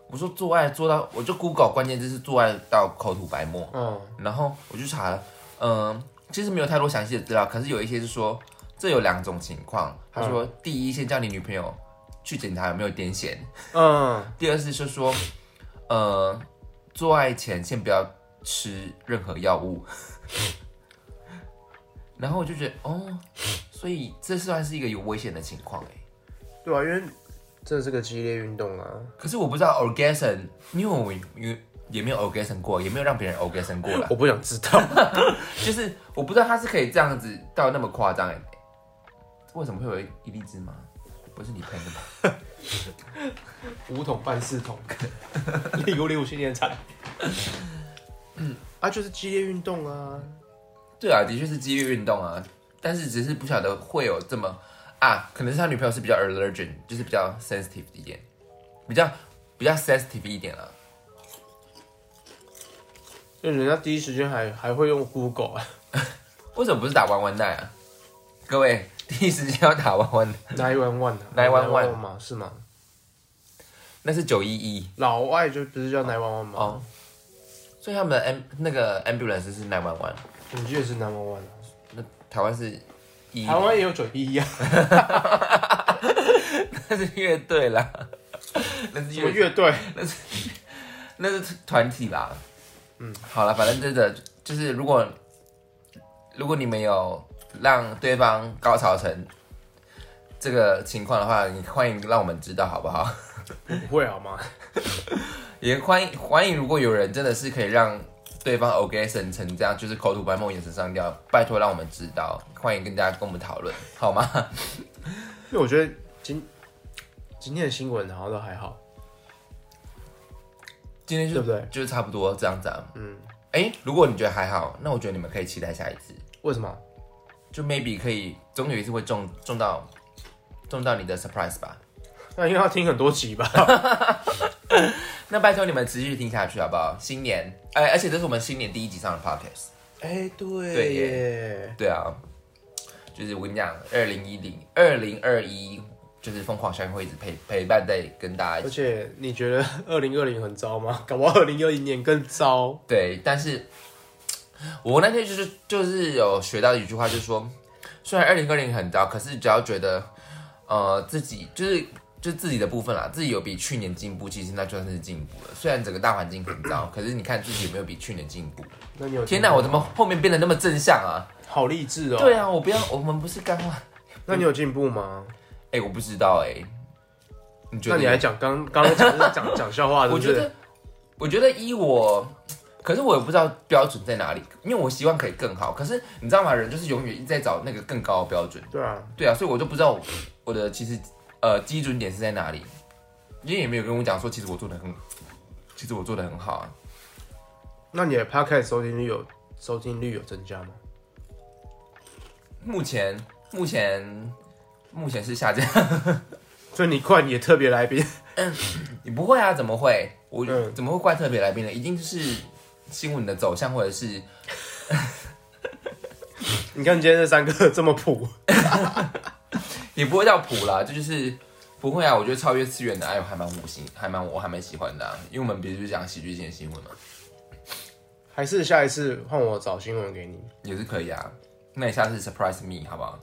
Speaker 1: 我说做爱做到，我就 Google 关键字是做爱到口吐白沫，嗯，然后我就查了，嗯、呃，其实没有太多详细的资料，可是有一些是说这有两种情况，他说、嗯、第一，先叫你女朋友去检查有没有癫痫，嗯，第二是就说，呃，做爱前先不要吃任何药物，然后我就觉得哦，所以这算是一个有危险的情况哎，
Speaker 2: 对啊，因为这是个激烈运动啊。
Speaker 1: 可是我不知道 orgasm， 因为我也没有 orgasm 过，也没有让别人 orgasm 过了。
Speaker 2: 我不想知道，
Speaker 1: 就是我不知道他是可以这样子到那么夸张哎。为什么会有一粒芝麻？不是你喷的吧？
Speaker 2: 五桶半四桶，利股利股新年产。嗯啊，就是激烈运动啊。
Speaker 1: 对啊，的确是激烈运动啊，但是只是不晓得会有这么。啊，可能是他女朋友是比较 allergic， 就是比较 sensitive 一点，比较比较 sensitive 一点啊。
Speaker 2: 因为人家第一时间还还会用 Google 啊，
Speaker 1: 为什么不是打one one nine啊？各位第一时间要打one one
Speaker 2: nine one one
Speaker 1: nine one one
Speaker 2: 吗？是吗？
Speaker 1: 那是九一一。
Speaker 2: 老外就不是叫nine one one吗？哦，
Speaker 1: 所以他们的 M 那个 ambulance 是nine one one。
Speaker 2: 我记得是nine one one。
Speaker 1: 那台湾是。
Speaker 2: 台湾也有九一一啊，
Speaker 1: 那是乐队啦，那是
Speaker 2: 乐乐队，
Speaker 1: 那是那是团体啦。嗯，好了，反正真的就是如果如果你们有让对方高潮成这个情况的话，你欢迎让我们知道好不好？
Speaker 2: 不会好吗？
Speaker 1: 也欢迎欢迎，如果有人真的是可以让对方 orgasm 成这样，就是口吐白沫、眼神上吊，拜托让我们知道，欢迎跟大家跟我们讨论，好吗？
Speaker 2: 因为我觉得今今天的新闻好像都还好，
Speaker 1: 今天就
Speaker 2: 对不对？
Speaker 1: 就是差不多这样子啊。嗯，哎、欸，如果你觉得还好，那我觉得你们可以期待下一次。
Speaker 2: 为什么？
Speaker 1: 就 maybe 可以，总有一次会中中到中到你的 surprise 吧。
Speaker 2: 那应该要听很多集吧。
Speaker 1: 那拜托你们持续听下去好不好？新年，哎、欸，而且这是我们新年第一集上的 podcast。
Speaker 2: 哎、欸，对，
Speaker 1: 对耶，对啊，就是我跟你讲，二零一零、二零二一，就是疯狂效应会一直陪陪伴在跟大家一起。
Speaker 2: 而且你觉得二零二零很糟吗？搞不好二零二一年更糟。
Speaker 1: 对，但是我那天就是就是有学到一句话，就是说，虽然二零二零很糟，可是只要觉得呃自己就是就是自己的部分啦，自己有比去年进步，其实那就算是进步了。虽然整个大环境很糟，可是你看自己有没有比去年进步？
Speaker 2: 那你有？
Speaker 1: 天哪，我怎么后面变得那么正向啊？
Speaker 2: 好励志哦！
Speaker 1: 对啊，我不要，我们不是干话。
Speaker 2: 那你有进步吗？
Speaker 1: 哎、欸，我不知道哎、欸。你觉得？
Speaker 2: 那你还讲刚刚刚讲是讲讲笑话是不是？
Speaker 1: 我觉得，我觉得依我，可是我也不知道标准在哪里，因为我希望可以更好。可是你知道吗？人就是永远一直在找那个更高的标准。
Speaker 2: 对啊，
Speaker 1: 对啊，所以我就不知道我，我的其实呃基准点是在哪里，因为也没有跟我讲说，其实我做的很，其实我做的很好啊。
Speaker 2: 那你的 podcast 收听率有收听率有增加吗？
Speaker 1: 目前目前目前是下降。
Speaker 2: 所以你怪你的特别来宾？
Speaker 1: 嗯，你不会啊？怎么会？我、嗯、怎么会怪特别来宾呢？一定是新闻的走向，或者是
Speaker 2: 你看今天这三个这么普，
Speaker 1: 也不会到普啦，这就是不会啊。我觉得超越次元的爱还蛮我喜，还蛮我还蛮喜欢的、啊，因为我们比如讲喜剧性的新闻嘛。
Speaker 2: 还是下一次换我找新闻给你，
Speaker 1: 也是可以啊。那你下次 surprise me 好不好？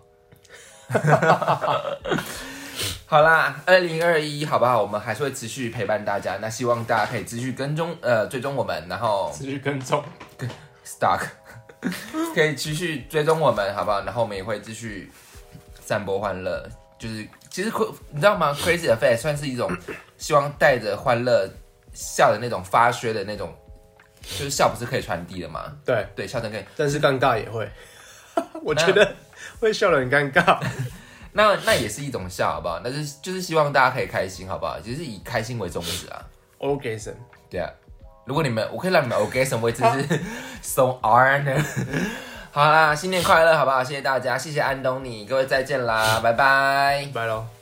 Speaker 1: 好啦，二零二一，好不好？我们还是会持续陪伴大家。那希望大家可以持续跟踪，呃，追踪我们，然后
Speaker 2: 持续跟踪
Speaker 1: ，stock， 可以持续追踪我们，好不好？然后我们也会继续散播欢乐。就是其实你知道吗 ？Crazy Affair 算是一种希望带着欢乐笑的那种发噱的那种，就是笑不是可以传递的嘛？
Speaker 2: 对
Speaker 1: 对，笑声可以，
Speaker 2: 但是尴尬也会。我觉得会笑得很尴尬。
Speaker 1: 那那也是一种笑，好不好？那就是就是希望大家可以开心，好不好？就是以开心为宗旨啊。
Speaker 2: Orgasm，
Speaker 1: 对啊。如果你们，我可以让你们 Orgasm， 我也只是 so honor。好啦，新年快乐，好不好？谢谢大家，谢谢安东尼，各位再见啦，拜拜，
Speaker 2: 拜喽。